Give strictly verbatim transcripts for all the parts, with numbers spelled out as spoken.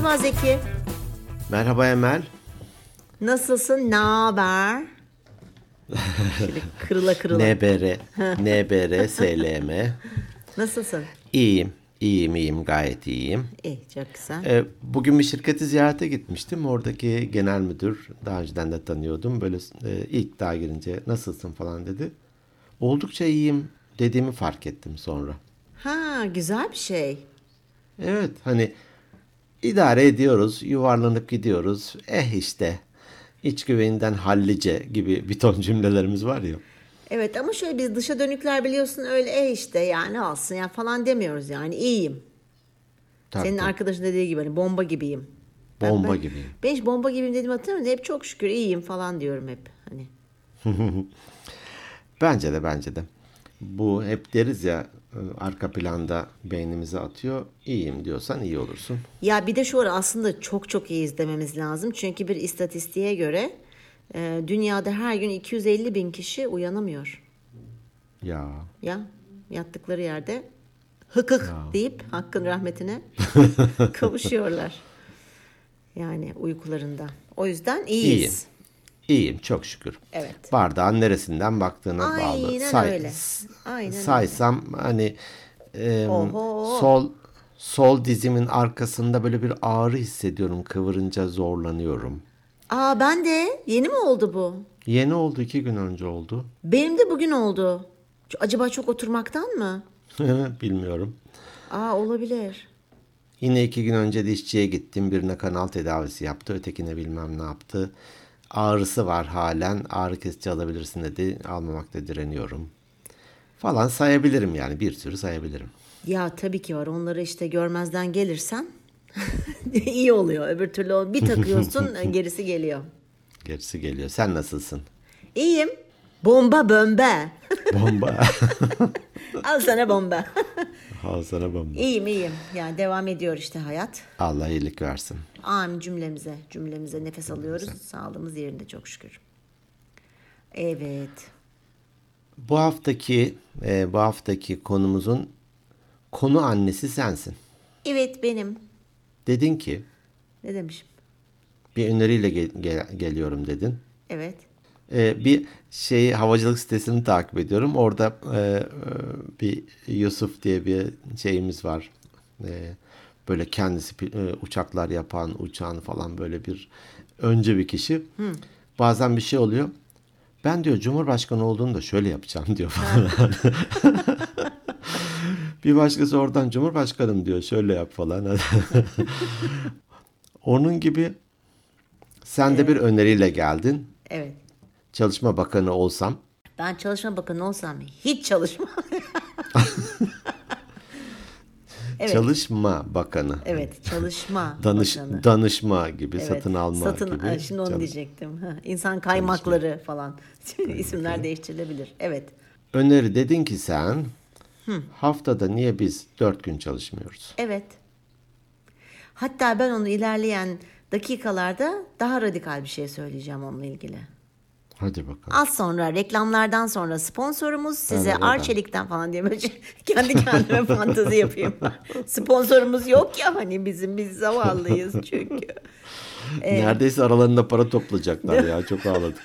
Merhaba Zeki. Merhaba Emel. Nasılsın? Naber? Şöyle kırıla kırıla. N B R, N B R, S L M. Nasılsın? İyiyim, iyiyim, iyiyim, gayet iyiyim. İyi, çok güzel. Ee, bugün bir şirketi ziyarete gitmiştim. Oradaki genel müdür, daha önceden de tanıyordum. Böyle e, ilk daha girince nasılsın falan dedi. Oldukça iyiyim dediğimi fark ettim sonra. Ha, güzel bir şey. Evet, hani idare ediyoruz, yuvarlanıp gidiyoruz. Eh işte, iç güveyinden hallice gibi bir ton cümlelerimiz var ya. Evet ama şöyle biz dışa dönükler biliyorsun öyle e işte yani olsun ya falan demiyoruz yani iyiyim. Tabii, Senin tabii. arkadaşın dediği gibi hani bomba gibiyim. Ben, Bomba ben, gibiyim. Ben hiç bomba gibiyim dediğimi hatırlamıyorum. Hep çok şükür iyiyim falan diyorum hep. Hani. Bence de bence de. Bu hep deriz ya, arka planda beynimize atıyor. İyiyim diyorsan iyi olursun. Ya bir de şu var aslında çok çok iyi izlememiz lazım. Çünkü bir istatistiğe göre e, dünyada her gün iki yüz elli bin kişi uyanamıyor. Ya Ya yattıkları yerde hıkık deyip Hakk'ın rahmetine kavuşuyorlar. Yani uykularında. O yüzden iyiyiz. iyiyim. İyiyim çok şükür. Evet. Bardağın neresinden baktığına bağlı. Aynen öyle. Aynen saysam hani e, Oho. sol sol dizimin arkasında böyle bir ağrı hissediyorum. Kıvırınca zorlanıyorum. Aa ben de yeni mi oldu bu? Yeni oldu, iki gün önce oldu. Benim de bugün oldu. Acaba çok oturmaktan mı? Bilmiyorum. Aa olabilir. Yine iki gün önce dişçiye gittim. Birine kanal tedavisi yaptı. Ötekine bilmem ne yaptı. Ağrısı var halen. Ağrı kesici alabilirsin dedi. Almamakta direniyorum. Falan sayabilirim yani. Bir sürü sayabilirim. Ya tabii ki var. Onları işte görmezden gelirsen iyi oluyor. Öbür türlü bir takıyorsun gerisi geliyor. Gerisi geliyor. Sen nasılsın? İyiyim. Bomba bömbe. Bomba. Al sana bomba. Al sana bomba. İyiyim iyiyim. Yani devam ediyor işte hayat. Allah iyilik versin. Amin cümlemize. Cümlemize nefes alıyoruz. Sağlığımız yerinde çok şükür. Evet. Bu haftaki e, bu haftaki konumuzun konu annesi sensin. Evet benim. Dedin ki Ne demişim? bir öneriyle gel- gel- geliyorum dedin. Evet. Ee, bir şey havacılık sitesini takip ediyorum. Orada e, e, bir Yusuf diye bir şeyimiz var. E, böyle kendisi pi- e, uçaklar yapan, uçağın falan böyle bir önce bir kişi. Bazen bir şey oluyor. Ben diyor Cumhurbaşkanı olduğunu da şöyle yapacağım diyor falan. Bir başkası oradan Cumhurbaşkanım diyor şöyle yap falan. Onun gibi sen de bir öneriyle geldin. Evet. Çalışma Bakanı olsam. Ben Çalışma Bakanı olsam hiç çalışmam. Evet. Çalışma Bakanı. Evet, Çalışma Danış, Bakanı. danışma gibi, Evet, satın alma satın, gibi. Aa, şimdi onu Çalış- diyecektim. Ha, İnsan kaymakları falan. İsimler değiştirilebilir. Evet. Öneri dedin ki sen haftada niye biz dört gün çalışmıyoruz? Evet. Hatta ben onu ilerleyen dakikalarda daha radikal bir şey söyleyeceğim onunla ilgili. Hadi bakalım. Az sonra reklamlardan sonra sponsorumuz size Evet, Arçelik'ten falan diye böyle şey- kendi kendime fantezi yapayım. Sponsorumuz yok ya hani bizim biz zavallıyız çünkü. Neredeyse aralarında para toplayacaklar ya. Çok ağladık.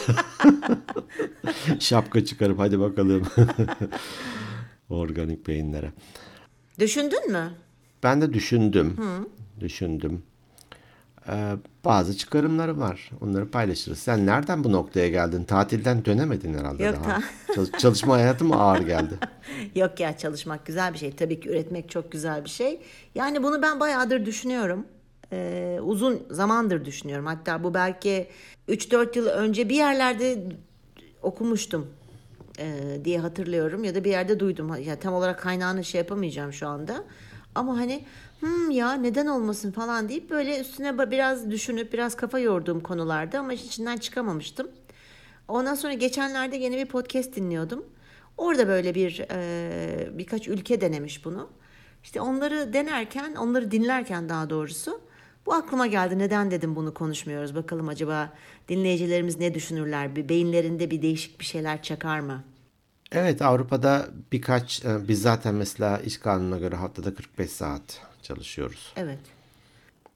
Şapka çıkarıp hadi bakalım. Organik beyinlere. Düşündün mü? Ben de düşündüm. Düşündüm. Ee, bazı çıkarımlarım var. Onları paylaşırız. Sen nereden bu noktaya geldin? Tatilden dönemedin herhalde Yok, daha. ta- Çalış- çalışma hayatı mı ağır geldi? Yok ya çalışmak güzel bir şey. Tabii ki üretmek çok güzel bir şey. Yani bunu ben bayağıdır düşünüyorum. Ee, uzun zamandır düşünüyorum. Hatta bu belki üç dört yıl önce bir yerlerde okumuştum e, diye hatırlıyorum. Ya da bir yerde duydum. Ya tam olarak kaynağını şey yapamayacağım şu anda. Ama hani hmm, ya neden olmasın falan deyip böyle üstüne ba- biraz düşünüp biraz kafa yorduğum konularda ama içinden çıkamamıştım. Ondan sonra geçenlerde yeni bir podcast dinliyordum. Orada böyle bir e, birkaç ülke denemiş bunu. İşte onları denerken, onları dinlerken daha doğrusu bu aklıma geldi. Neden dedim bunu konuşmuyoruz? Bakalım acaba dinleyicilerimiz ne düşünürler? Bir beyinlerinde bir değişik bir şeyler çakar mı? Evet, Avrupa'da birkaç e, biz zaten mesela iş kanununa göre haftada kırk beş saat çalışıyoruz. Evet.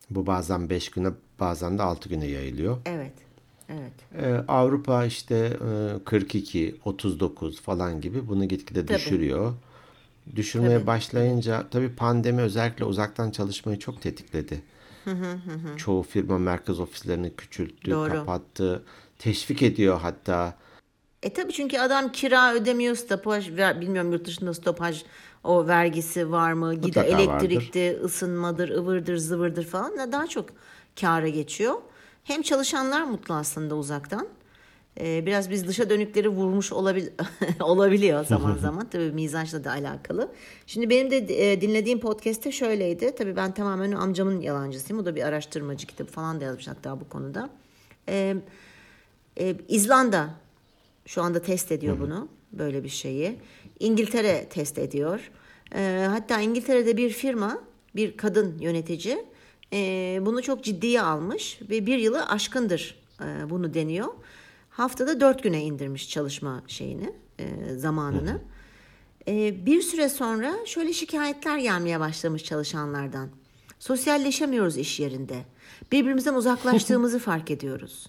Bu bazen beş güne bazen de altı güne yayılıyor. Evet. Evet. Ee, Avrupa işte e, kırk iki, otuz dokuz falan gibi bunu gitgide Tabii. düşürüyor. Düşürmeye Tabii. başlayınca tabii pandemi özellikle uzaktan çalışmayı çok tetikledi. Çoğu firma merkez ofislerini küçülttü, Doğru. kapattı, teşvik ediyor hatta. E tabii çünkü adam kira ödemiyor, stopaj ver, bilmiyorum yurt dışında stopaj o vergisi var mı? Gide Mutlaka vardır. elektrikti, ısınmadır, ıvırdır, zıvırdır falan da daha çok kâra geçiyor. Hem çalışanlar mutlu aslında uzaktan. Ee, biraz biz dışa dönükleri vurmuş olabil olabiliyor zaman zaman. Tabii mizaçla da alakalı. Şimdi benim de e, dinlediğim podcast'te şöyleydi. Tabii ben tamamen amcamın yalancısıyım. O da bir araştırmacı, kitabı falan da yazmış hatta bu konuda. Ee, e, İzlanda şu anda test ediyor bunu, böyle bir şeyi. İngiltere test ediyor. Ee, hatta İngiltere'de bir firma, bir kadın yönetici e, bunu çok ciddiye almış ve bir yılı aşkındır e, bunu deniyor. Haftada dört güne indirmiş çalışma şeyini, e, zamanını. E, bir süre sonra şöyle şikayetler gelmeye başlamış çalışanlardan. Sosyalleşemiyoruz iş yerinde. Birbirimizden uzaklaştığımızı fark ediyoruz.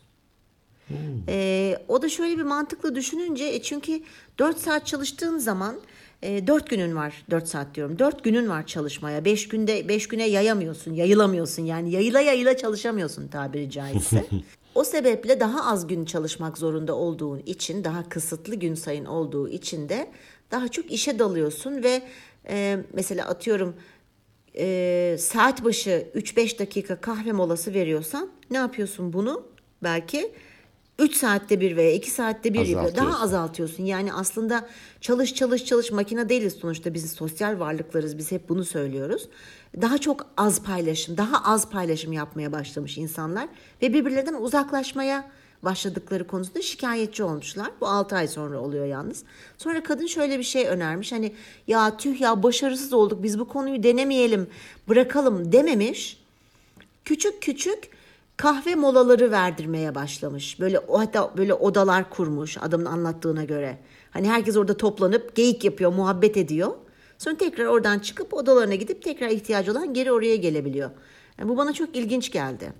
Ee, o da şöyle bir mantıklı düşününce e, çünkü dört saat çalıştığın zaman e, dört günün var, dört saat diyorum, dört günün var çalışmaya. beş günde beş güne yayamıyorsun, yayılamıyorsun, yani yayıla yayıla çalışamıyorsun tabiri caizse. O sebeple daha az gün çalışmak zorunda olduğun için, daha kısıtlı gün sayın olduğu için de daha çok işe dalıyorsun ve e, mesela atıyorum e, saat başı üç beş dakika kahve molası veriyorsan ne yapıyorsun bunu? Belki üç saatte bir veya iki saatte bir yapıyor. Daha Azaltıyorsun. azaltıyorsun. Yani aslında çalış çalış çalış, makine değiliz sonuçta, biz sosyal varlıklarız, biz hep bunu söylüyoruz. Daha çok az paylaşım, daha az paylaşım yapmaya başlamış insanlar ve birbirlerinden uzaklaşmaya başladıkları konusunda şikayetçi olmuşlar. Bu altı ay sonra oluyor yalnız. Sonra kadın şöyle bir şey önermiş. Hani ya tüh ya, başarısız olduk, biz bu konuyu denemeyelim, bırakalım dememiş. Küçük küçük kahve molaları verdirmeye başlamış. Böyle o, hatta böyle odalar kurmuş adamın anlattığına göre. Hani herkes orada toplanıp geyik yapıyor, muhabbet ediyor. Sonra tekrar oradan çıkıp odalarına gidip tekrar ihtiyacı olan geri oraya gelebiliyor. Yani bu bana çok ilginç geldi.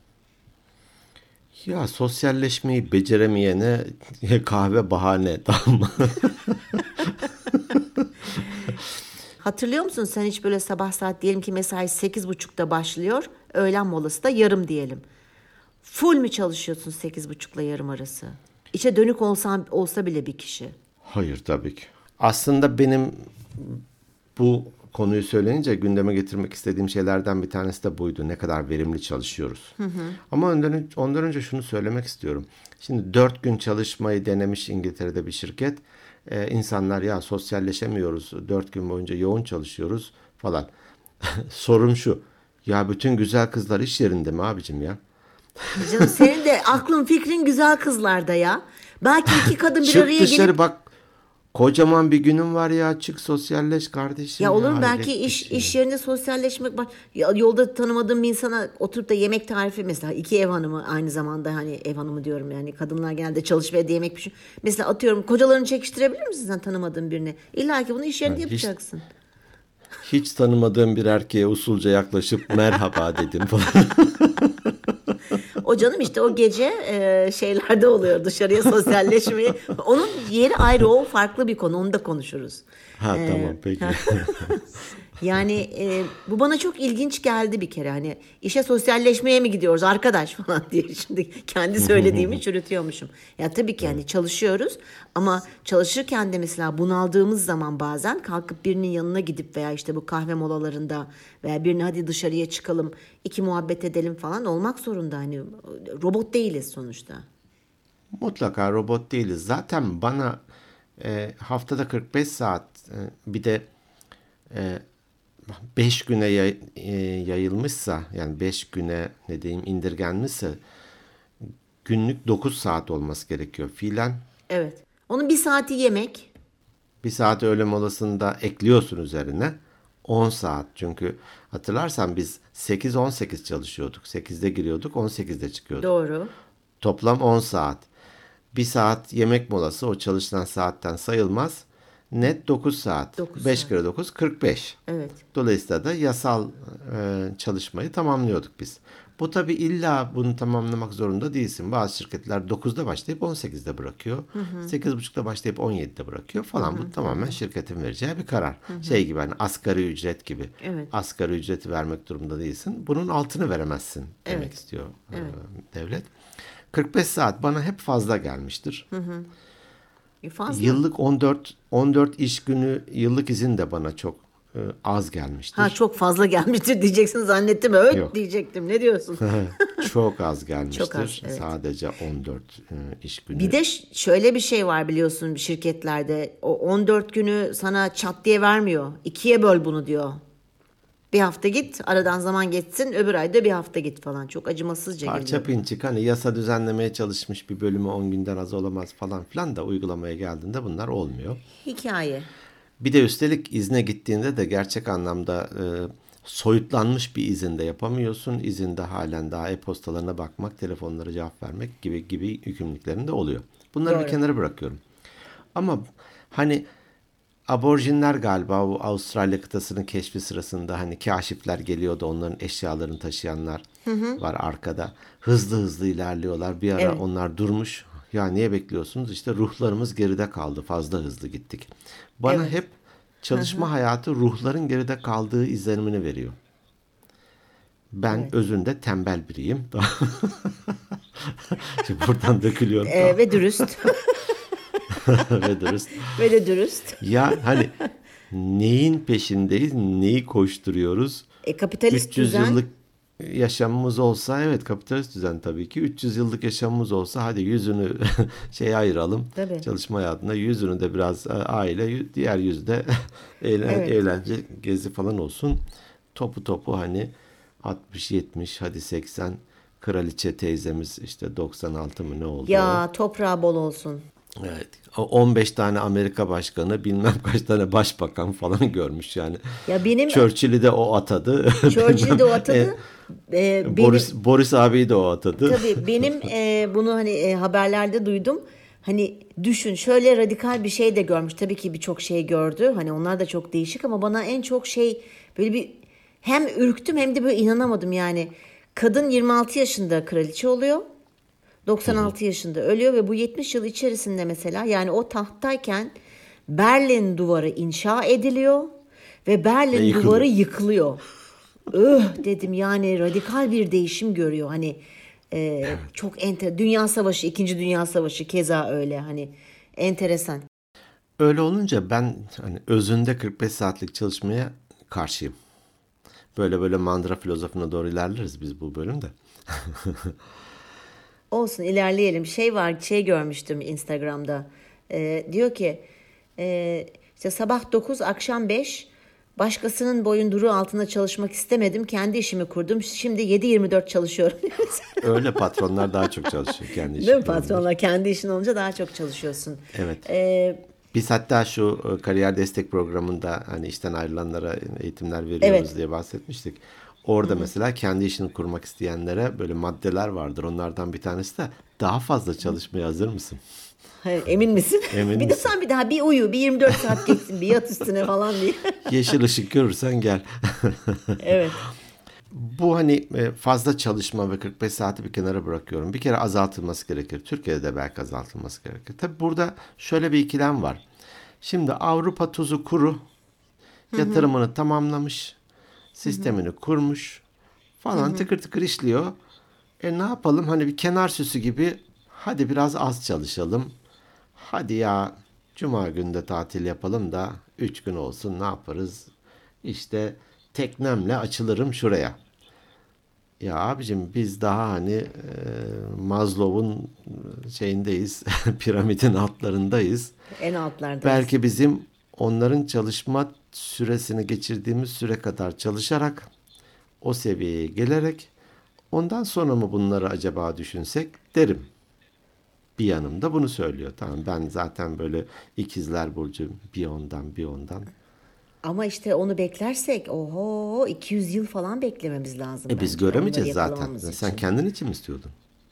Ya sosyalleşmeyi beceremeyene kahve bahane, tamam mı? Hatırlıyor musun sen hiç böyle sabah saat, diyelim ki mesai sekiz buçukta başlıyor. Öğlen molası da yarım diyelim. Full mü çalışıyorsun sekiz buçukla yarım arası? İçe dönük olsan, olsa bile bir kişi. Hayır, tabii ki. Aslında benim bu konuyu söyleyince gündeme getirmek istediğim şeylerden bir tanesi de buydu. Ne kadar verimli çalışıyoruz. Ama ondan, ondan önce şunu söylemek istiyorum. Şimdi dört gün çalışmayı denemiş İngiltere'de bir şirket. Ee, insanlar ya sosyalleşemiyoruz, dört gün boyunca yoğun çalışıyoruz falan. Sorum şu. Ya bütün güzel kızlar iş yerinde mi abicim ya? Canım senin de aklın fikrin güzel kızlarda ya. Belki iki kadın bir Çık araya dışarı gelip, bak. Kocaman bir günün var ya, çık sosyalleş kardeşim ya olur ya, mu, belki hayret bir iş şey. iş yerinde sosyalleşmek var. Ya yolda tanımadığım bir insana oturup da yemek tarifi, mesela iki ev hanımı aynı zamanda, hani ev hanımı diyorum yani, kadınlar genelde çalışmaya da yemek pişiyor. Mesela atıyorum, kocalarını çekiştirebilir misin sen tanımadığın birine? İlla ki bunu iş yerinde Yani hiç yapacaksın. hiç tanımadığım bir erkeğe usulca yaklaşıp merhaba dedim falan. O canım işte o gece e, şeylerde oluyor, dışarıya sosyalleşmeyi. Onun yeri ayrı, o farklı bir konu, onu da konuşuruz. Ha E, tamam, peki. Yani e, bu bana çok ilginç geldi bir kere, hani işe sosyalleşmeye mi gidiyoruz arkadaş falan diye şimdi kendi söylediğimi çürütüyormuşum. Ya tabii ki hani çalışıyoruz ama çalışırken de mesela bunaldığımız zaman bazen kalkıp birinin yanına gidip veya işte bu kahve molalarında veya birine hadi dışarıya çıkalım, iki muhabbet edelim falan olmak zorunda, hani robot değiliz sonuçta. Mutlaka robot değiliz. Zaten bana e, haftada kırk beş saat e, bir de e, beş güne yay- e, yayılmışsa, yani beş güne ne diyeyim indirgenmişse günlük dokuz saat olması gerekiyor fiilen. Evet. Onun bir saati yemek. Bir saat öğle molasında ekliyorsun üzerine on saat. Çünkü hatırlarsan biz sekiz on sekiz çalışıyorduk. sekizde giriyorduk, on sekizde çıkıyorduk. Doğru. Toplam on saat. Bir saat yemek molası o çalışılan saatten sayılmaz. Net dokuz saat. dokuz beş saat. kere dokuz kırk beş. Evet. Dolayısıyla da yasal e, çalışmayı tamamlıyorduk biz. Bu tabii illa bunu tamamlamak zorunda değilsin. Bazı şirketler dokuzda başlayıp on sekizde bırakıyor. sekiz buçukta başlayıp on yedide bırakıyor falan. Bu tamamen şirketin vereceği bir karar. Şey gibi hani asgari ücret gibi. Evet. Asgari ücreti vermek durumunda değilsin. Bunun altını veremezsin demek Evet. istiyor e, Evet. devlet. kırk beş saat bana hep fazla gelmiştir. E, Fazla. Yıllık on dört on dört iş günü yıllık izin de bana çok e, az gelmiştir. Ha çok fazla gelmiştir diyeceksin zannettim. Evet Yok. diyecektim. Ne diyorsun? Çok az gelmiştir. Çok az, evet. Sadece on dört e, iş günü. Bir de ş- şöyle bir şey var biliyorsun şirketlerde. O on dört günü sana çat diye vermiyor. İkiye böl bunu diyor. Bir hafta git, aradan zaman geçsin, öbür ayda bir hafta git falan. Çok acımasızca Parça geliyor. pinçik hani yasa düzenlemeye çalışmış bir bölümü on günden az olamaz falan filan da uygulamaya geldiğinde bunlar olmuyor. Hikaye. Bir de üstelik izne gittiğinde de gerçek anlamda e, soyutlanmış bir izinde yapamıyorsun. İzinde halen daha e-postalarına bakmak, telefonlara cevap vermek gibi gibi yükümlülüklerin de oluyor. Bunları Doğru. bir kenara bırakıyorum. Ama hani aborjinler galiba bu Avustralya kıtasının keşfi sırasında hani kaşifler geliyordu, onların eşyalarını taşıyanlar var arkada. Hızlı hızlı ilerliyorlar. Bir ara Evet. onlar durmuş. Ya niye bekliyorsunuz? İşte ruhlarımız geride kaldı. Fazla hızlı gittik. Bana Evet. hep çalışma hayatı ruhların geride kaldığı izlenimini veriyor. Ben Evet. özünde tembel biriyim. Şimdi buradan dökülüyorum. Ee, ve dürüst. Ve dürüst. ve de dürüst. Ya hani neyin peşindeyiz, neyi koşturuyoruz? E, kapitalist üç yüz düzen. yıllık yaşamımız olsa, evet kapitalist düzen tabii ki. üç yüz yıllık yaşamımız olsa hadi yüzünü şeye ayıralım. Tabii. Çalışma hayatında yüzünü de biraz aile, diğer yüzde eğlen, Evet. eğlence, gezi falan olsun. Topu topu hani altmış yetmiş hadi seksen, kraliçe teyzemiz işte doksan altı mı ne oldu? Ya toprağı bol olsun. Evet. O on beş tane Amerika başkanı, bilmem kaç tane başbakan falan görmüş yani. Ya benim Churchill'i de o atadı. Churchill'i de o atadı. E, Ee, benim, Boris Boris abiyi de o atadı. tabii benim e, bunu hani e, haberlerde duydum. Hani düşün şöyle radikal bir şey de görmüş. Tabii ki birçok şey gördü. Hani onlar da çok değişik ama bana en çok şey böyle bir hem ürktüm hem de böyle inanamadım yani. Kadın yirmi altı yaşında kraliçe oluyor. doksan altı yaşında ölüyor ve bu yetmiş yıl içerisinde mesela yani o tahttayken Berlin duvarı inşa ediliyor ve Berlin Ve yıkılıyor. duvarı yıkılıyor. Öh dedim yani radikal bir değişim görüyor hani e, çok enter Dünya Savaşı, İkinci Dünya Savaşı keza öyle hani enteresan. Öyle olunca ben hani özünde kırk beş saatlik çalışmaya karşıyım. Böyle böyle mandıra filozofuna doğru ilerleriz biz bu bölümde. Olsun ilerleyelim. Şey var, şey görmüştüm Instagram'da. Ee, diyor ki e, işte sabah dokuz akşam beş başkasının boyunduruğu altında çalışmak istemedim. Kendi işimi kurdum. Şimdi yedi yirmi dört çalışıyorum. Öyle patronlar daha çok çalışıyor kendi Değil mi işlerinde. patronlar? Kendi işin olunca daha çok çalışıyorsun. Evet. Ee, Biz hatta şu e, kariyer destek programında hani işten ayrılanlara eğitimler veriyoruz Evet. diye bahsetmiştik. Orada mesela kendi işini kurmak isteyenlere böyle maddeler vardır. Onlardan bir tanesi de daha fazla çalışmaya hazır mısın? hayır, emin misin? Emin bir de misin? sen bir daha bir uyu, bir yirmi dört saat geçsin, bir yat üstüne falan diye. Yeşil ışık görürsen gel. Evet. Bu hani e, fazla çalışma ve kırk beş saati bir kenara bırakıyorum. Bir kere azaltılması gerekir. Türkiye'de de belki azaltılması gerekir. Tabii burada şöyle bir ikilem var. Şimdi Avrupa tuzu kuru yatırımını tamamlamış, sistemini kurmuş falan tıkır tıkır işliyor. E ne yapalım? Hani bir kenar süsü gibi hadi biraz az çalışalım. Hadi ya cuma günde tatil yapalım da üç gün olsun ne yaparız? İşte teknemle açılırım şuraya. Ya abicim biz daha hani e, Maslow'un şeyindeyiz, piramidin altlarındayız. En altlardayız. Belki bizim onların çalışma süresini geçirdiğimiz süre kadar çalışarak o seviyeye gelerek ondan sonra mı bunları acaba düşünsek derim. Bir yanımda bunu söylüyor. Tamam ben zaten böyle ikizler burcu bir ondan bir ondan. Ama işte onu beklersek oho iki yüz yıl falan beklememiz lazım E biz bence göremeyeceğiz onları zaten. yakalamamız Sen için. kendin için mi istiyordun?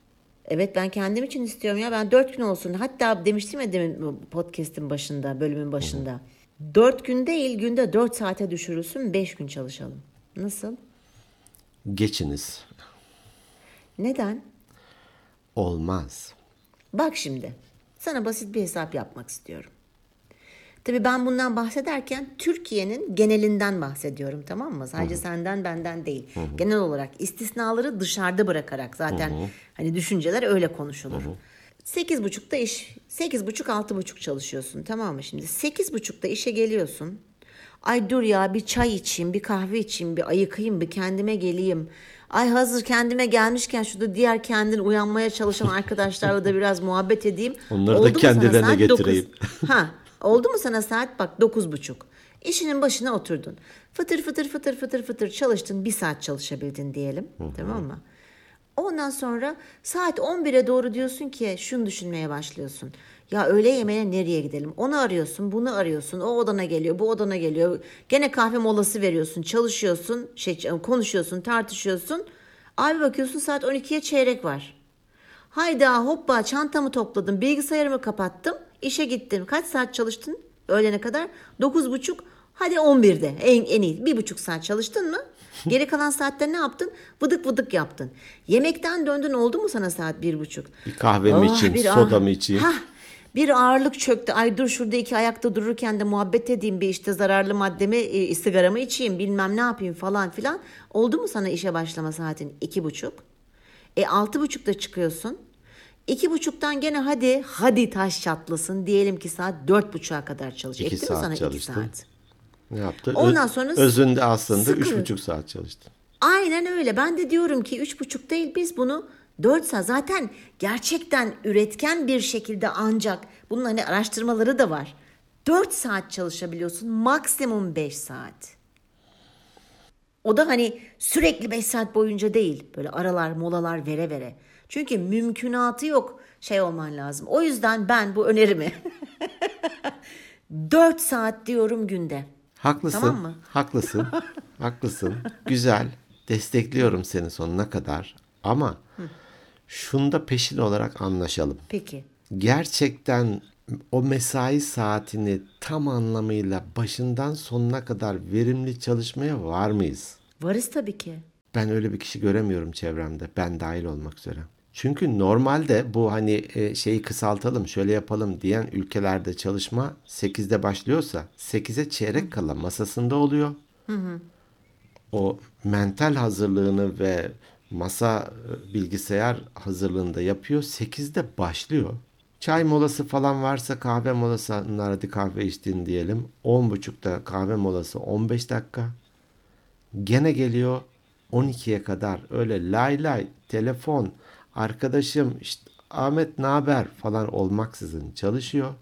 Evet, ben kendim için istiyorum ya. Ben dört gün olsun. Hatta demiştim ya demin bu podcast'in başında, bölümün başında. Dört gün değil, günde dört saate düşürülsün, beş gün çalışalım. Nasıl? Geçiniz. Neden? Olmaz. Bak şimdi, sana basit bir hesap yapmak istiyorum. Tabii ben bundan bahsederken Türkiye'nin genelinden bahsediyorum, tamam mı? Sadece senden benden değil. Genel olarak istisnaları dışarıda bırakarak zaten hani düşünceler öyle konuşulur. Sekiz buçukta iş, sekiz buçuk altı buçuk çalışıyorsun, tamam mı? Şimdi sekiz buçukta işe geliyorsun. Ay dur ya, bir çay içeyim, bir kahve içeyim, bir ayıkayım, bir kendime geleyim. Ay hazır kendime gelmişken şurada diğer kendin uyanmaya çalışan arkadaşlarla da biraz muhabbet edeyim. Onları da Oldu mu sana kendilerine saat getireyim. dokuz? Ha, oldu mu sana saat bak dokuz buçuk. İşinin başına oturdun. Fıtır fıtır fıtır fıtır fıtır çalıştın. Bir saat çalışabildin diyelim. Tamam mı? Ondan sonra saat on bire doğru diyorsun ki şunu düşünmeye başlıyorsun. Ya öğle yemeğine nereye gidelim? Onu arıyorsun, bunu arıyorsun. O odana geliyor, bu odana geliyor. Gene kahve molası veriyorsun, çalışıyorsun, şey konuşuyorsun, tartışıyorsun. Abi bakıyorsun saat on ikiye çeyrek var. Hayda hoppa çantamı topladım, bilgisayarımı kapattım, işe gittim. Kaç saat çalıştın öğlene kadar? Dokuz buçuk, hadi on birde en, en iyi. Bir buçuk saat çalıştın mı? Geri kalan saatte ne yaptın? Vıdık vıdık yaptın. Yemekten döndün, oldu mu sana saat bir buçuk? Bir kahve mi Oh, içeyim, bir soda ah- mı içeyim? Hah, bir ağırlık çöktü. Ay dur şurada iki ayakta dururken de muhabbet edeyim, bir işte zararlı maddemi, e, sigaramı içeyim, bilmem ne yapayım falan filan. Oldu mu sana işe başlama saatin? İki buçuk. E altı buçukta çıkıyorsun. İki buçuktan gene hadi hadi taş çatlasın. Diyelim ki saat dört buçuğa kadar çalış. İki Etti mi saat sana iki çalıştım. saat? Ne yaptı? Ondan Öz- sonra özünde aslında sıkı. üç buçuk saat çalıştım. Aynen öyle. Ben de diyorum ki üç buçuk değil, biz bunu dört saat. Zaten gerçekten üretken bir şekilde ancak bunun hani araştırmaları da var. Dört saat çalışabiliyorsun. Maksimum beş saat. O da hani sürekli beş saat boyunca değil. Böyle aralar molalar vere vere. Çünkü mümkünatı yok şey olman lazım. O yüzden ben bu önerimi dört saat diyorum günde. Haklısın. Tamam mı? Haklısın. Haklısın. Güzel. Destekliyorum seni sonuna kadar. Ama şunda peşin olarak anlaşalım. Peki. Gerçekten o mesai saatini tam anlamıyla başından sonuna kadar verimli çalışmaya var mıyız? Varız tabii ki. Ben öyle bir kişi göremiyorum çevremde. Ben dahil olmak üzere. Çünkü normalde bu hani e, şeyi kısaltalım, şöyle yapalım diyen ülkelerde çalışma sekizde başlıyorsa sekize çeyrek kala masasında oluyor. O mental hazırlığını ve masa e, bilgisayar hazırlığını da yapıyor. sekizde başlıyor. Çay molası falan varsa kahve molası, hadi kahve içtin diyelim. on buçukta kahve molası on beş dakika. Gene geliyor on ikiye kadar öyle lay lay telefon, arkadaşım işte Ahmet ne haber falan olmaksızın çalışıyor.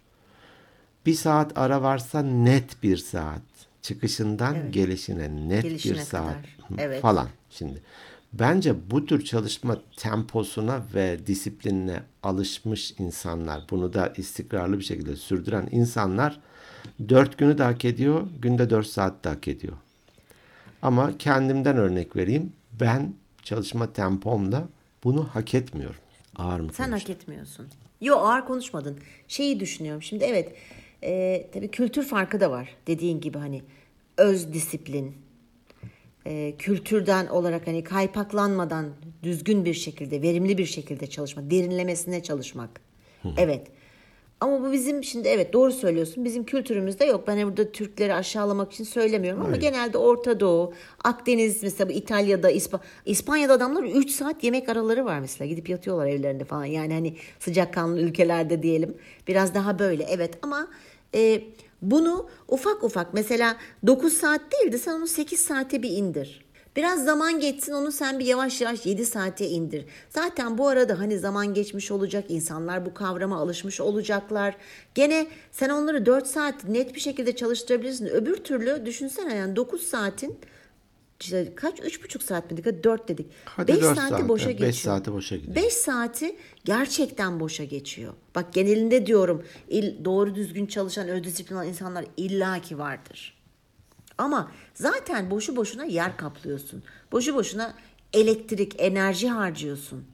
Bir saat ara varsa net bir saat. Çıkışından Evet. gelişine net Gelişine bir saat kadar. Evet. falan. Şimdi bence bu tür çalışma temposuna ve disiplinine alışmış insanlar, bunu da istikrarlı bir şekilde sürdüren insanlar dört günü de hak ediyor, günde dört saat de hak ediyor. Ama kendimden örnek vereyim. Ben çalışma tempomla bunu hak etmiyorum. Ağır mı Sen konuştum? hak etmiyorsun. Yo, ağır konuşmadın. Şeyi düşünüyorum. Şimdi evet e, tabii kültür farkı da var. Dediğin gibi hani öz disiplin, e, kültürden olarak hani kaypaklanmadan düzgün bir şekilde, verimli bir şekilde çalışmak, derinlemesine çalışmak. Evet. Ama bu bizim şimdi evet doğru söylüyorsun. Bizim kültürümüzde yok. Ben burada Türkleri aşağılamak için söylemiyorum ama Hayır. genelde Orta Doğu, Akdeniz mesela bu İtalya'da, İsp- İspanya'da adamlar üç saat yemek araları var mesela. Gidip yatıyorlar evlerinde falan. Yani hani sıcakkanlı ülkelerde diyelim. Biraz daha böyle evet ama e, bunu ufak ufak mesela dokuz saat değil de sen onu sekiz saate bir indir. Biraz zaman geçsin, onu sen bir yavaş yavaş yedi saate indir. Zaten bu arada hani zaman geçmiş olacak, insanlar bu kavrama alışmış olacaklar. Gene sen onları dört saat net bir şekilde çalıştırabilirsin. Öbür türlü düşünsene yani dokuz saatin işte kaç, üç buçuk saat mi dedik, dört dedik. Hadi beş dört saati saat, boşa evet, geçiyor. beş saati boşa gidiyor. beş saati gerçekten boşa geçiyor. Bak genelinde diyorum il, doğru düzgün çalışan, öz disiplin olan insanlar illaki vardır. Ama zaten boşu boşuna yer kaplıyorsun. Boşu boşuna elektrik, enerji harcıyorsun.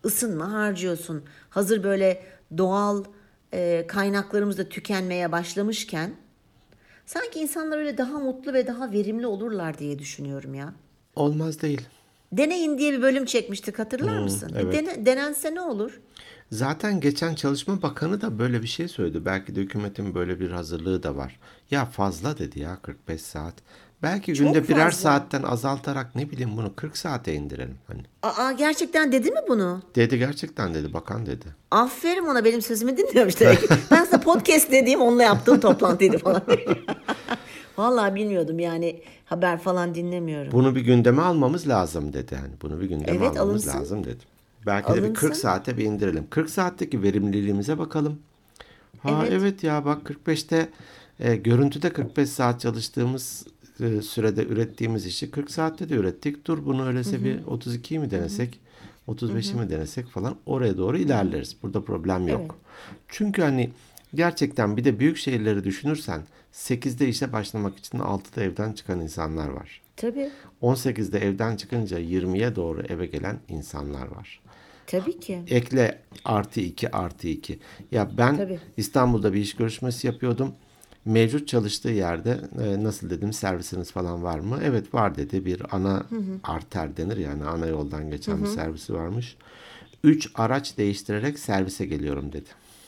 ısınma harcıyorsun. Hazır böyle doğal e, kaynaklarımız da tükenmeye başlamışken sanki insanlar öyle daha mutlu ve daha verimli olurlar diye düşünüyorum ya. Olmaz değil. Deneyin diye bir bölüm çekmiştik, hatırlar mısın? Bir evet. dene- denense ne olur? Zaten geçen Çalışma Bakanı da böyle bir şey söyledi. Belki de hükümetin böyle bir hazırlığı da var. Ya fazla dedi ya kırk beş saat. Belki Çok günde birer fazla. saatten azaltarak ne bileyim bunu kırk saate indirelim. Hani Aa, gerçekten dedi mi bunu? dedi gerçekten dedi bakan dedi. Aferin ona, benim sözümü dinliyormuş demek ki. Ben size podcast dediğim onunla yaptığım toplantıydı falan. Vallahi bilmiyordum yani, haber falan dinlemiyorum. Bunu bir gündeme almamız lazım dedi. Hani bunu bir gündeme Evet, almamız alınsın. lazım dedi. Belki de bir kırk Alınsın. saate bir indirelim. kırk saatteki verimliliğimize bakalım. Ha Evet. evet ya bak kırk beşte e, görüntüde kırk beş saat çalıştığımız e, sürede ürettiğimiz işi kırk saatte de ürettik. Dur bunu öyleyse bir otuz ikiyi mi denesek, otuz beşi mi denesek falan oraya doğru ilerleriz. Burada problem yok. Evet. Çünkü hani gerçekten bir de büyük şehirleri düşünürsen sekizde işe başlamak için altıda evden çıkan insanlar var. Tabii. on sekizde evden çıkınca yirmiye doğru eve gelen insanlar var. Tabii ki. Ekle artı iki artı iki. Ya ben Tabii. İstanbul'da bir iş görüşmesi yapıyordum. Mevcut çalıştığı yerde e, nasıl dedim servisiniz falan var mı? Evet var dedi. Bir ana arter denir yani ana yoldan geçen bir servisi varmış. Üç araç değiştirerek servise geliyorum dedi.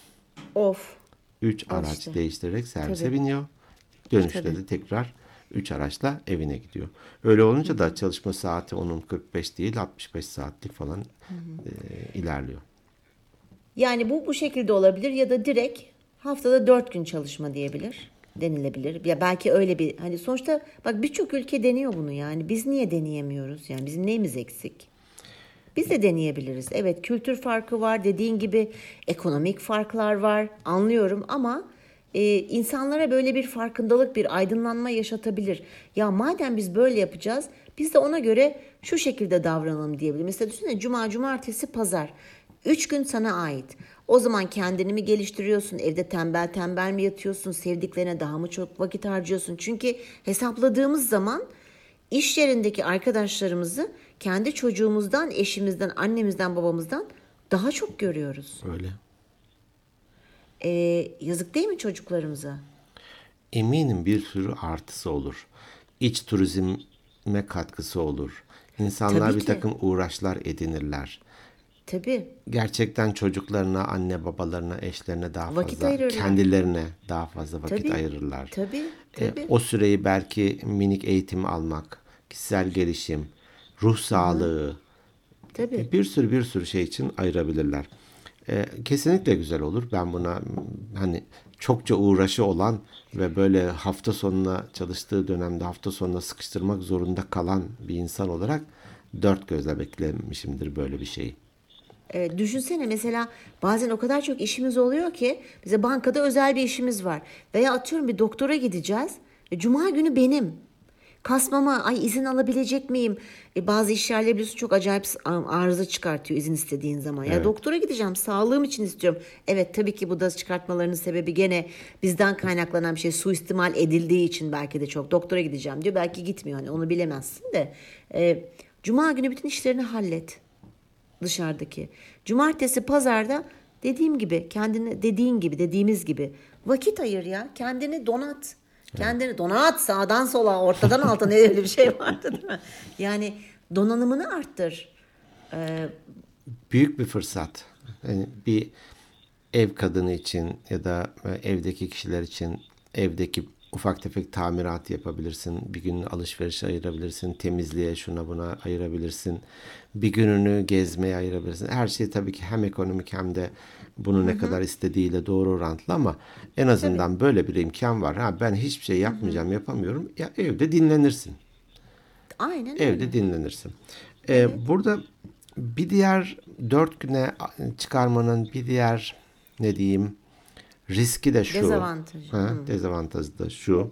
Of. Üç Al araç işte. değiştirerek servise Tabii. biniyor. Dönüşte Tabii. de tekrar üç araçla evine gidiyor. Öyle olunca da çalışma saati onun kırk beş değil altmış beş saatlik falan e, ilerliyor. Yani bu bu şekilde olabilir ya da direkt haftada dört gün çalışma diyebilir, denilebilir. Ya belki öyle bir, hani sonuçta bak birçok ülke deniyor bunu yani. Biz niye deneyemiyoruz? Yani bizim neyimiz eksik? Biz de deneyebiliriz. Evet, kültür farkı var, dediğin gibi ekonomik farklar var, anlıyorum ama e, insanlara böyle bir farkındalık, bir aydınlanma yaşatabilir. Ya madem biz böyle yapacağız, biz de ona göre şu şekilde davranalım diyebilir. Mesela düşünsene, cuma, cumartesi, pazar. Üç gün sana ait. O zaman kendini mi geliştiriyorsun? Evde tembel tembel mi yatıyorsun? Sevdiklerine daha mı çok vakit harcıyorsun? Çünkü hesapladığımız zaman iş yerindeki arkadaşlarımızı kendi çocuğumuzdan, eşimizden, annemizden, babamızdan daha çok görüyoruz. Öyle. Ee, yazık değil mi çocuklarımıza? Eminim bir sürü artısı olur. İç turizme katkısı olur. İnsanlar Tabii bir ki. takım uğraşlar edinirler. Tabii. Gerçekten çocuklarına, anne babalarına, eşlerine daha Vakit fazla, ayırırlar. kendilerine daha fazla vakit Tabii. ayırırlar. Tabii. E, Tabii. o süreyi belki minik eğitim almak, kişisel gelişim, ruh sağlığı, Tabii. e, bir sürü bir sürü şey için ayırabilirler. E, kesinlikle güzel olur. Ben buna m, hani çokça uğraşı olan ve böyle hafta sonuna çalıştığı dönemde hafta sonuna sıkıştırmak zorunda kalan bir insan olarak dört gözle beklemişimdir böyle bir şeyi. E, düşünsene mesela, bazen o kadar çok işimiz oluyor ki, bize bankada özel bir işimiz var. Veya atıyorum bir doktora gideceğiz. E, Cuma günü benim. Kasmama, ay izin alabilecek miyim? E, bazı iş yerleri biliyorsun çok acayip s- arıza çıkartıyor izin istediğin zaman. Ya Evet. doktora gideceğim, sağlığım için istiyorum. Evet, tabii ki bu da çıkartmalarının sebebi gene bizden kaynaklanan bir şey, suistimal edildiği için belki de çok. Doktora gideceğim diyor, belki gitmiyor, hani onu bilemezsin de. E, Cuma günü bütün işlerini hallet dışarıdaki. Cumartesi, pazarda dediğim gibi, kendine dediğin gibi, dediğimiz gibi vakit ayır ya. Kendini donat. Kendini donat, sağdan sola, ortadan alta, ne öyle bir şey vardı değil mi? Yani donanımını arttır. Ee, Büyük bir fırsat. Yani bir ev kadını için ya da evdeki kişiler için evdeki ufak tefek tamirat yapabilirsin. Bir gün alışveriş ayırabilirsin. Temizliğe, şuna buna ayırabilirsin. Bir gününü gezmeye ayırabilirsin. Her şey tabii ki hem ekonomik hem de bunu ne kadar istediğiyle doğru orantılı ama en azından böyle bir imkan var. Ha, ben hiçbir şey yapmayacağım, yapamıyorum. Ya evde dinlenirsin. aynen Evde öyle. dinlenirsin. Ee, burada bir diğer dört güne çıkarmanın bir diğer ne diyeyim riski de şu. Dezavantajı. Ha, dezavantajı da şu.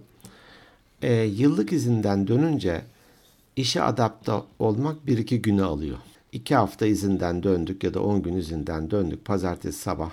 Ee, yıllık izinden dönünce işe adapte olmak bir iki günü alıyor. İki hafta izinden döndük ya da on gün izinden döndük. Pazartesi sabah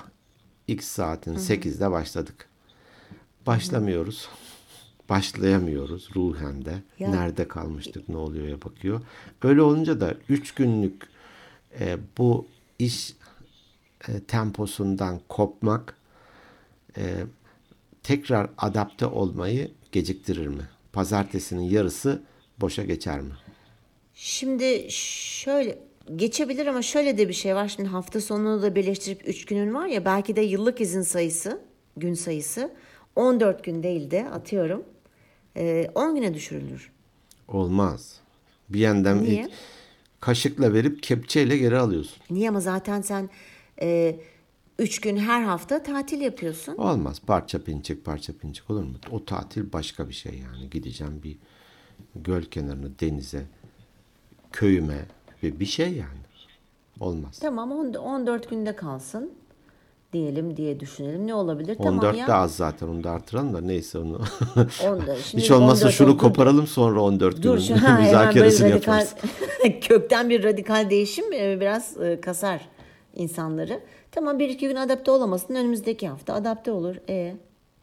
X saatin sekizde başladık. Başlamıyoruz. Başlayamıyoruz ruhen de. Ya. Nerede kalmıştık, ne oluyor ya bakıyor. Öyle olunca da üç günlük e, bu iş e, temposundan kopmak e, tekrar adapte olmayı geciktirir mi? Pazartesinin yarısı boşa geçer mi? Şimdi şöyle geçebilir ama şöyle de bir şey var. Şimdi hafta sonunu da birleştirip üç günün var ya, belki de yıllık izin sayısı, gün sayısı on dört gün değil de atıyorum e, on güne düşürülür. Olmaz. Bir yandan ilk Niye? kaşıkla verip kepçeyle geri alıyorsun. Niye ama zaten sen e, üç gün her hafta tatil yapıyorsun. Olmaz. Parça pinçik parça pinçik olur mu? O tatil başka bir şey yani. Gideceğim bir göl kenarına, denize, köyüme ve bir şey yani. Olmaz. Tamam, on- 14 günde kalsın diyelim diye düşünelim. Ne olabilir? on Tamam dört de ya. az zaten, onu da artıralım da neyse onu. on dört, Hiç şimdi olmazsa on dört şunu oldu. koparalım sonra on dört Dur günün şu ha, hemen böyle müzakeresini radikal yaparız. kökten bir radikal değişim e, biraz e, kasar insanları. Tamam, bir iki gün adapte olamasın, önümüzdeki hafta adapte olur. E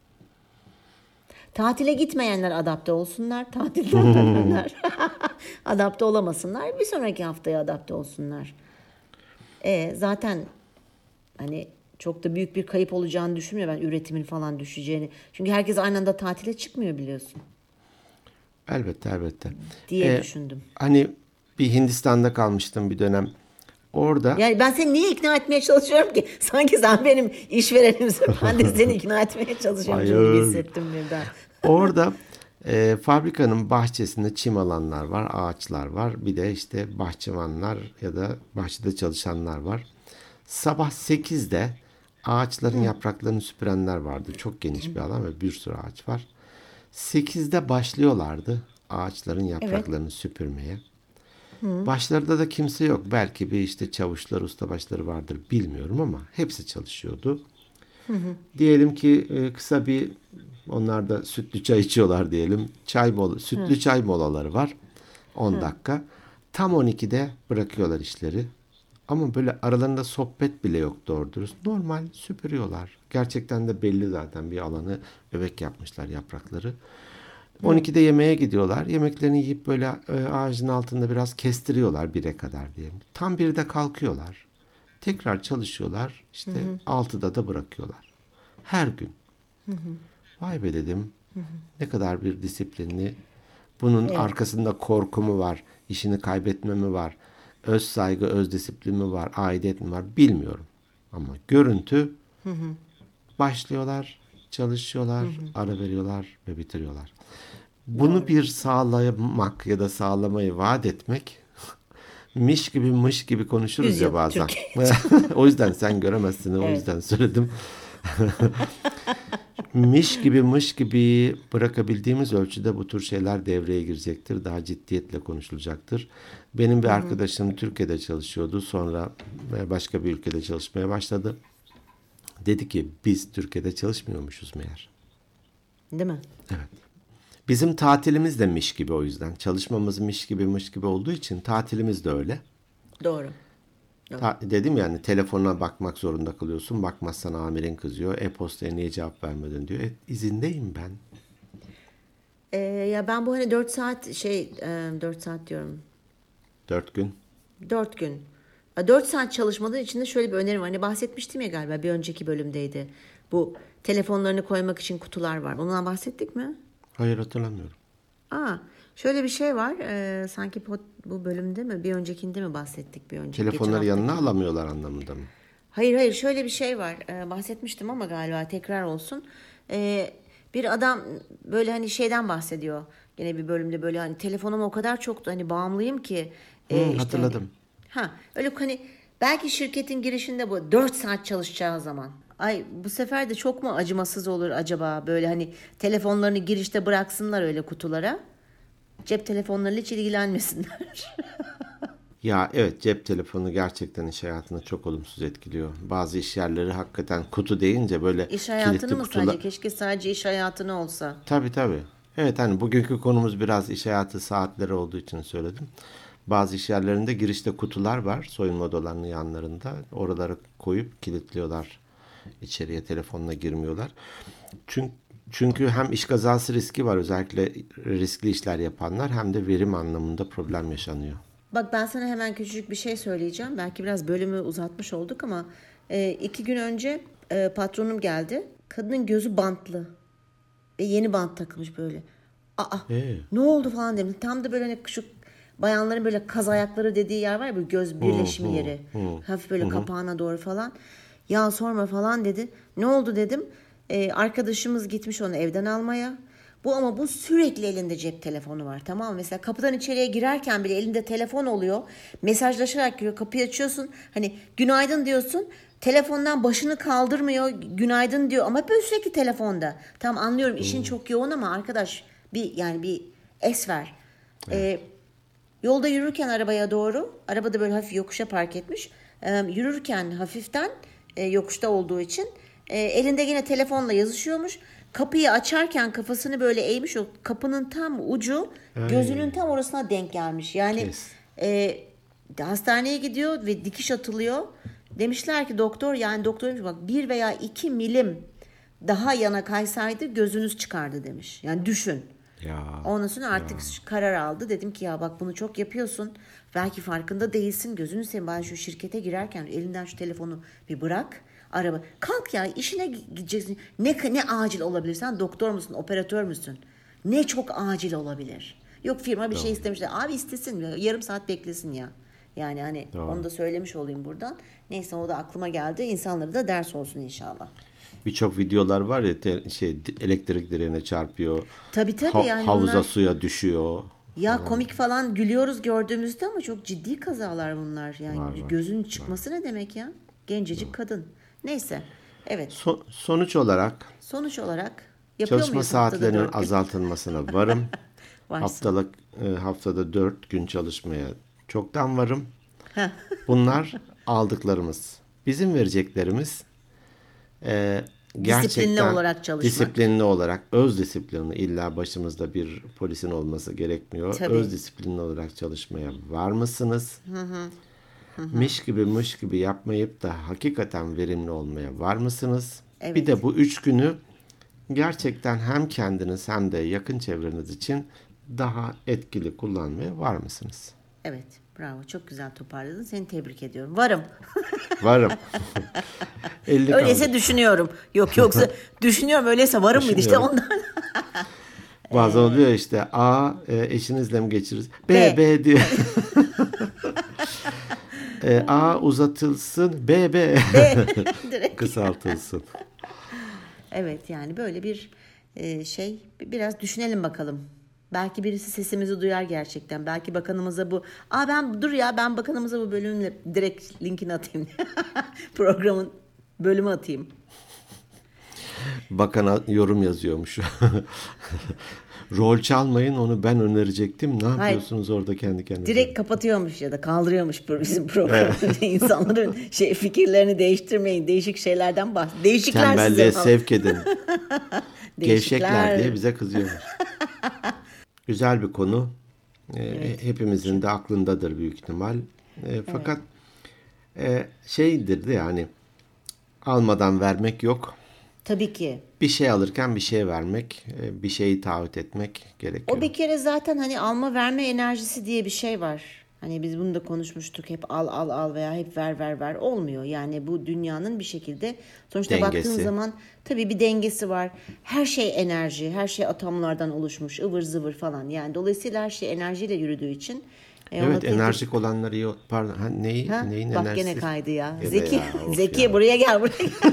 tatile gitmeyenler adapte olsunlar. Tatilden dönenler adapte olamasınlar. Bir sonraki haftaya adapte olsunlar. E zaten hani çok da büyük bir kayıp olacağını düşünmüyorum ben, üretimin falan düşeceğini. Çünkü herkes aynı anda tatile çıkmıyor biliyorsun Elbette elbette. diye Ee, düşündüm. Hani bir Hindistan'da kalmıştım bir dönem. Orada Yani ben seni niye ikna etmeye çalışıyorum ki? Sanki sen benim işverenimsin. Ben de seni ikna etmeye çalışıyorum gibi Hayır. hissettim birden. Orada e, fabrikanın bahçesinde çim alanlar var, ağaçlar var. Bir de işte bahçıvanlar ya da bahçede çalışanlar var. Sabah sekizde ağaçların yapraklarını süpürenler vardı. Çok geniş bir alan ve bir sürü ağaç var. sekizde başlıyorlardı ağaçların yapraklarını süpürmeye. Başlarında da kimse yok. Belki bir işte çavuşlar, ustabaşları vardır bilmiyorum ama hepsi çalışıyordu. Diyelim ki e, kısa bir, onlar da sütlü çay içiyorlar diyelim. Çay mola, sütlü çay molaları var. on dakika. Tam on ikide bırakıyorlar işleri. Ama böyle aralarında sohbet bile yok doğru dürüst. Normal süpürüyorlar. Gerçekten de belli zaten, bir alanı öbek yapmışlar yaprakları. on ikide yemeğe gidiyorlar. Yemeklerini yiyip böyle e, ağacın altında biraz kestiriyorlar bire kadar diyelim. Tam birde kalkıyorlar. Tekrar çalışıyorlar. İşte altıda da bırakıyorlar. Her gün. Vay be dedim. Ne kadar bir disiplinli. Bunun arkasında korku mu var? İşini kaybetme mi var? Öz saygı, öz disiplin mi var? Aidiyet mi var? Bilmiyorum. Ama görüntü, başlıyorlar, çalışıyorlar, ara veriyorlar ve bitiriyorlar. Bunu bir sağlamak ya da sağlamayı vaat etmek miş gibi mış gibi konuşuruz Yüz ya yıl bazen. Türkiye. O yüzden sen göremezsin. O Evet. yüzden söyledim. Miş gibi mış gibi bırakabildiğimiz ölçüde bu tür şeyler devreye girecektir. Daha ciddiyetle konuşulacaktır. Benim bir arkadaşım Türkiye'de çalışıyordu. Sonra başka bir ülkede çalışmaya başladı. Dedi ki biz Türkiye'de çalışmıyormuşuz meğer. Değil mi? Evet. Bizim tatilimiz de miş gibi o yüzden. Çalışmamız miş gibi mış gibi olduğu için tatilimiz de öyle. Doğru. Ta- dedim yani telefonuna bakmak zorunda kalıyorsun. Bakmazsan amirin kızıyor. E-postaya niye cevap vermedin diyor. E, izindeyim ben. Ee, ya ben bu hani dört saat şey e, dört saat diyorum. Dört gün. dört gün. dört saat çalışmadan içinde şöyle bir önerim var. Hani bahsetmiştim ya galiba, bir önceki bölümdeydi. Bu telefonlarını koymak için kutular var. Bundan bahsettik mi? Hayır, hatırlamıyorum. Aa, şöyle bir şey var. Ee, sanki bu, bu bölümde mi, bir öncekinde mi bahsettik, bir önceki Telefonları geçen yanına haftaki. alamıyorlar anlamında mı? Hayır hayır, şöyle bir şey var. Ee, bahsetmiştim ama galiba tekrar olsun. Ee, bir adam böyle hani şeyden bahsediyor. Gene bir bölümde böyle hani telefonuma o kadar çok hani bağımlıyım ki. Hı, e, işte hatırladım. Hani, ha öyle hani belki şirketin girişinde bu dört saat çalışacağı zaman. Ay bu sefer de çok mu acımasız olur acaba, böyle hani telefonlarını girişte bıraksınlar öyle kutulara. Cep telefonlarıyla hiç ilgilenmesinler. Ya evet, cep telefonu gerçekten iş hayatını çok olumsuz etkiliyor. Bazı iş yerleri hakikaten kutu deyince böyle İş hayatını kilitli mı kutular. sadece? Keşke sadece iş hayatını olsa. Tabii tabii. Evet, hani bugünkü konumuz biraz iş hayatı saatleri olduğu için söyledim. Bazı iş yerlerinde girişte kutular var. Soyunma odalarının yanlarında. Oraları koyup kilitliyorlar. İçeriye telefonla girmiyorlar. Çünkü, çünkü hem iş kazası riski var, özellikle riskli işler yapanlar, hem de verim anlamında problem yaşanıyor. Bak ben sana hemen küçücük bir şey söyleyeceğim. Belki biraz bölümü uzatmış olduk ama e, iki gün önce e, patronum geldi. Kadının gözü bantlı ve yeni bant takılmış böyle. Aa Ee, ne oldu falan dedim. Tam da böyle hani şu bayanların böyle kaz ayakları dediği yer var ya, böyle göz birleşimi yeri. Hafif böyle kapağına doğru falan. Ya sorma falan dedi. Ne oldu dedim. Ee, arkadaşımız gitmiş onu evden almaya. Bu ama bu sürekli elinde cep telefonu var, tamam mı? Mesela kapıdan içeriye girerken bile elinde telefon oluyor. Mesajlaşarak giriyor. Kapıyı açıyorsun. Hani günaydın diyorsun. Telefondan başını kaldırmıyor. Günaydın diyor ama böyle sürekli telefonda. Tamam anlıyorum işin çok yoğun ama arkadaş bir yani bir es ver. Ee, Yolda yürürken arabaya doğru, araba da böyle hafif yokuşa park etmiş. Ee, yürürken hafiften e, yokuşta olduğu için e, elinde yine telefonla yazışıyormuş. Kapıyı açarken kafasını böyle eğmiş, o kapının tam ucu gözünün tam orasına denk gelmiş. Yani Kes. e, hastaneye gidiyor ve dikiş atılıyor. Demişler ki doktor, yani doktor demiş bak bir veya iki milim daha yana kaysaydı gözünüz çıkardı demiş. Yani düşün. ya Ondan sonra artık karar aldı. Dedim ki ya bak bunu çok yapıyorsun. Belki farkında değilsin. Gözünü seveyim, bari şu şirkete girerken elinden şu telefonu bir bırak. Araba. Kalk ya, işine gideceksin. Ne ne acil olabilir? Sen doktor musun? Operatör müsün? Ne çok acil olabilir? Yok firma bir şey istemişler. Abi istesin. Yarım saat beklesin ya. Yani hani Doğru. onu da söylemiş olayım buradan. Neyse o da aklıma geldi. İnsanlara da ders olsun inşallah. birçok videolar var ya te- şey elektrik direğine çarpıyor. Tabii tabii Ha- yani havuza bunlar... suya düşüyor. Ya komik falan gülüyoruz gördüğümüzde ama çok ciddi kazalar bunlar. Yani Var, var, gözün çıkması ne demek ya? Gencecik kadın. Neyse. Evet. So- sonuç olarak Sonuç olarak yapıyor çalışma muyuz haftada saatlerinin dört gün? azaltılmasına varım. Varsın. Haftalık e, haftada dört gün çalışmaya çoktan varım. Heh. Bunlar aldıklarımız. Bizim vereceklerimiz e, gerçekten Disiplinli olarak çalışmak. disiplinli olarak, öz disiplinli, illa başımızda bir polisin olması gerekmiyor. Tabii. Öz disiplinli olarak çalışmaya var mısınız? Miş gibi mış gibi yapmayıp da hakikaten verimli olmaya var mısınız? Evet. Bir de bu üç günü gerçekten hem kendiniz hem de yakın çevreniz için daha etkili kullanmaya var mısınız? Evet. Bravo. Çok güzel toparladın. Seni tebrik ediyorum. Varım. Varım. elli Öyleyse kaldı. düşünüyorum. Yok yoksa düşünüyorum. Öyleyse varım mıydı işte Düşünüyorum. ondan. Bazen oluyor işte A e, eşinizle mi geçiririz? B, B. B diyor. E, A uzatılsın, B, B. Direkt. Kısaltılsın. Evet yani böyle bir e, şey biraz düşünelim bakalım. Belki birisi sesimizi duyar gerçekten. Belki bakanımıza bu. Aa ben dur ya ben bakanımıza bu bölümle direkt linkini atayım. Programın bölümü atayım. Bakana yorum yazıyormuş. Rol çalmayın, onu ben önerecektim. Ne yapıyorsunuz orada kendi kendinize? Direkt kapatıyormuş ya da kaldırıyormuş bu bizim programı. İnsanların şey fikirlerini değiştirmeyin. Değişik şeylerden bahs. Değişikler Tembelliğe size falan. sevk edin. Değişikler. Gevşekler diye bize kızıyormuş. Güzel bir konu. Ee, Hepimizin de aklındadır büyük ihtimal. Ee, fakat e, şeydir de yani almadan vermek yok. Tabii ki. Bir şey alırken bir şey vermek, e, bir şeyi taahhüt etmek gerekiyor. O bir kere zaten hani alma verme enerjisi diye bir şey var. Hani biz bunu da konuşmuştuk. Hep al al al veya hep ver ver ver olmuyor. Yani bu dünyanın bir şekilde sonuçta Dengesi. baktığın zaman tabii bir dengesi var. Her şey enerji, her şey atomlardan oluşmuş, ıvır zıvır falan. Yani dolayısıyla her şey enerjiyle yürüdüğü için. e, ona Evet, tebrik- enerjik olanları iyi. Pardon, ha, neyi, Ha? neyin Bak enerjisi? gene kaydı ya. Gene Zeki, ya, of Zeki ya. buraya gel buraya gel.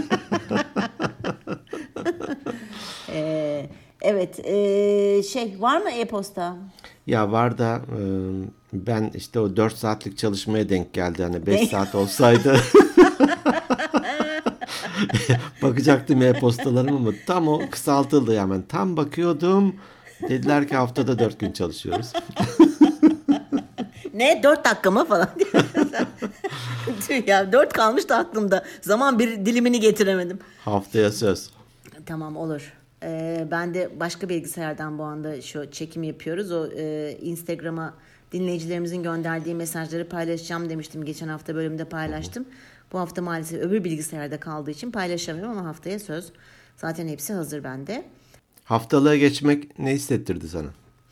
Ee, evet, ee, şey var mı e-posta? Ya var da e, ben işte o dört saatlik çalışmaya denk geldi. Hani beş Denk- saat olsaydı bakacaktım e-postalarıma ama tam o kısaltıldı hemen. Tam bakıyordum. Dediler ki haftada dört gün çalışıyoruz. Ne dört dakika mı falan? Tüh ya dört kalmıştı aklımda. Zaman bir dilimini getiremedim. Haftaya söz. Tamam olur. Ee, ben de başka bilgisayardan bu anda şu çekim yapıyoruz. O e, Instagram'a dinleyicilerimizin gönderdiği mesajları paylaşacağım demiştim. Geçen hafta bölümde paylaştım. Bu hafta maalesef öbür bilgisayarda kaldığı için paylaşamıyorum ama haftaya söz. Zaten hepsi hazır bende. Haftalığa geçmek ne hissettirdi sana?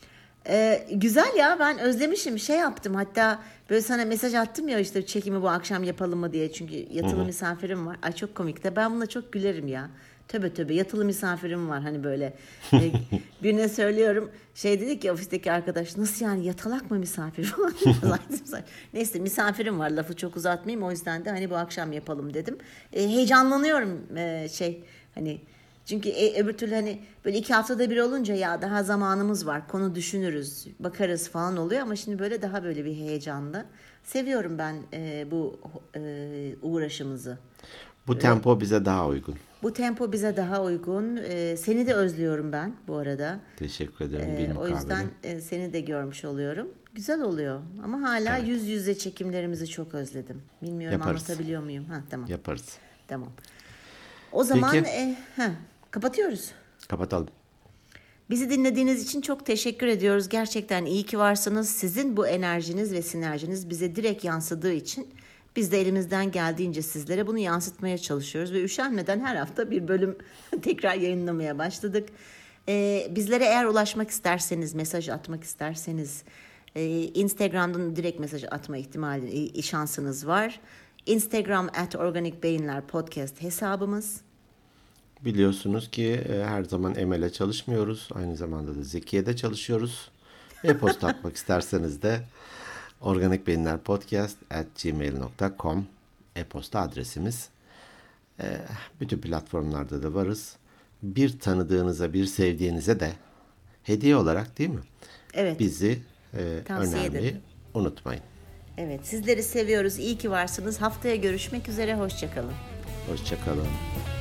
Ee, güzel ya, ben özlemişim, şey yaptım hatta, böyle sana mesaj attım ya işte çekimi bu akşam yapalım mı diye, çünkü yatılı Hı-hı. misafirim var. Ay çok komik de, ben buna çok gülerim ya. Töbe töbe, yatılı misafirim var hani böyle. E, birine söylüyorum, şey dedi ki ofisteki arkadaş, nasıl yani yatalak mı misafir falan. Neyse, misafirim var, lafı çok uzatmayayım, o yüzden de hani bu akşam yapalım dedim. E, heyecanlanıyorum e, şey hani. Çünkü e, öbür türlü hani böyle iki haftada bir olunca ya daha zamanımız var, konu düşünürüz, bakarız falan oluyor, ama şimdi böyle daha böyle bir heyecanlı. Seviyorum ben e, bu e, uğraşımızı. Bu Böyle, tempo bize daha uygun. bu tempo bize daha uygun. E, seni de özlüyorum ben bu arada. Teşekkür ederim. E, Bir o yüzden mukabele. e, seni de görmüş oluyorum. Güzel oluyor ama hala Evet. yüz yüze çekimlerimizi çok özledim. Bilmiyorum, Yaparız. anlatabiliyor muyum? Ha, tamam. Yaparız. Tamam. O zaman Peki. e, ha, kapatıyoruz. Kapatalım. Bizi dinlediğiniz için çok teşekkür ediyoruz. Gerçekten iyi ki varsınız. Sizin bu enerjiniz ve sinerjiniz bize direkt yansıdığı için biz de elimizden geldiğince sizlere bunu yansıtmaya çalışıyoruz. Ve üşenmeden her hafta bir bölüm tekrar yayınlamaya başladık. Ee, bizlere eğer ulaşmak isterseniz, mesaj atmak isterseniz, e, Instagram'dan direkt mesaj atma ihtimali, şansınız var. Instagram at Organik Beyinler Podcast hesabımız. Biliyorsunuz ki e, her zaman Emel'e çalışmıyoruz. Aynı zamanda da Zekiye'de çalışıyoruz. E-posta atmak isterseniz de organikbeyinlerpodcast at gmail nokta com e-posta adresimiz. E, bütün platformlarda da varız. Bir tanıdığınıza, bir sevdiğinize de hediye olarak, değil mi? Evet. Bizi e, Tavsiye önermeyi edin. unutmayın. Evet, sizleri seviyoruz. İyi ki varsınız. Haftaya görüşmek üzere. Hoşça kalın. Hoşça kalın.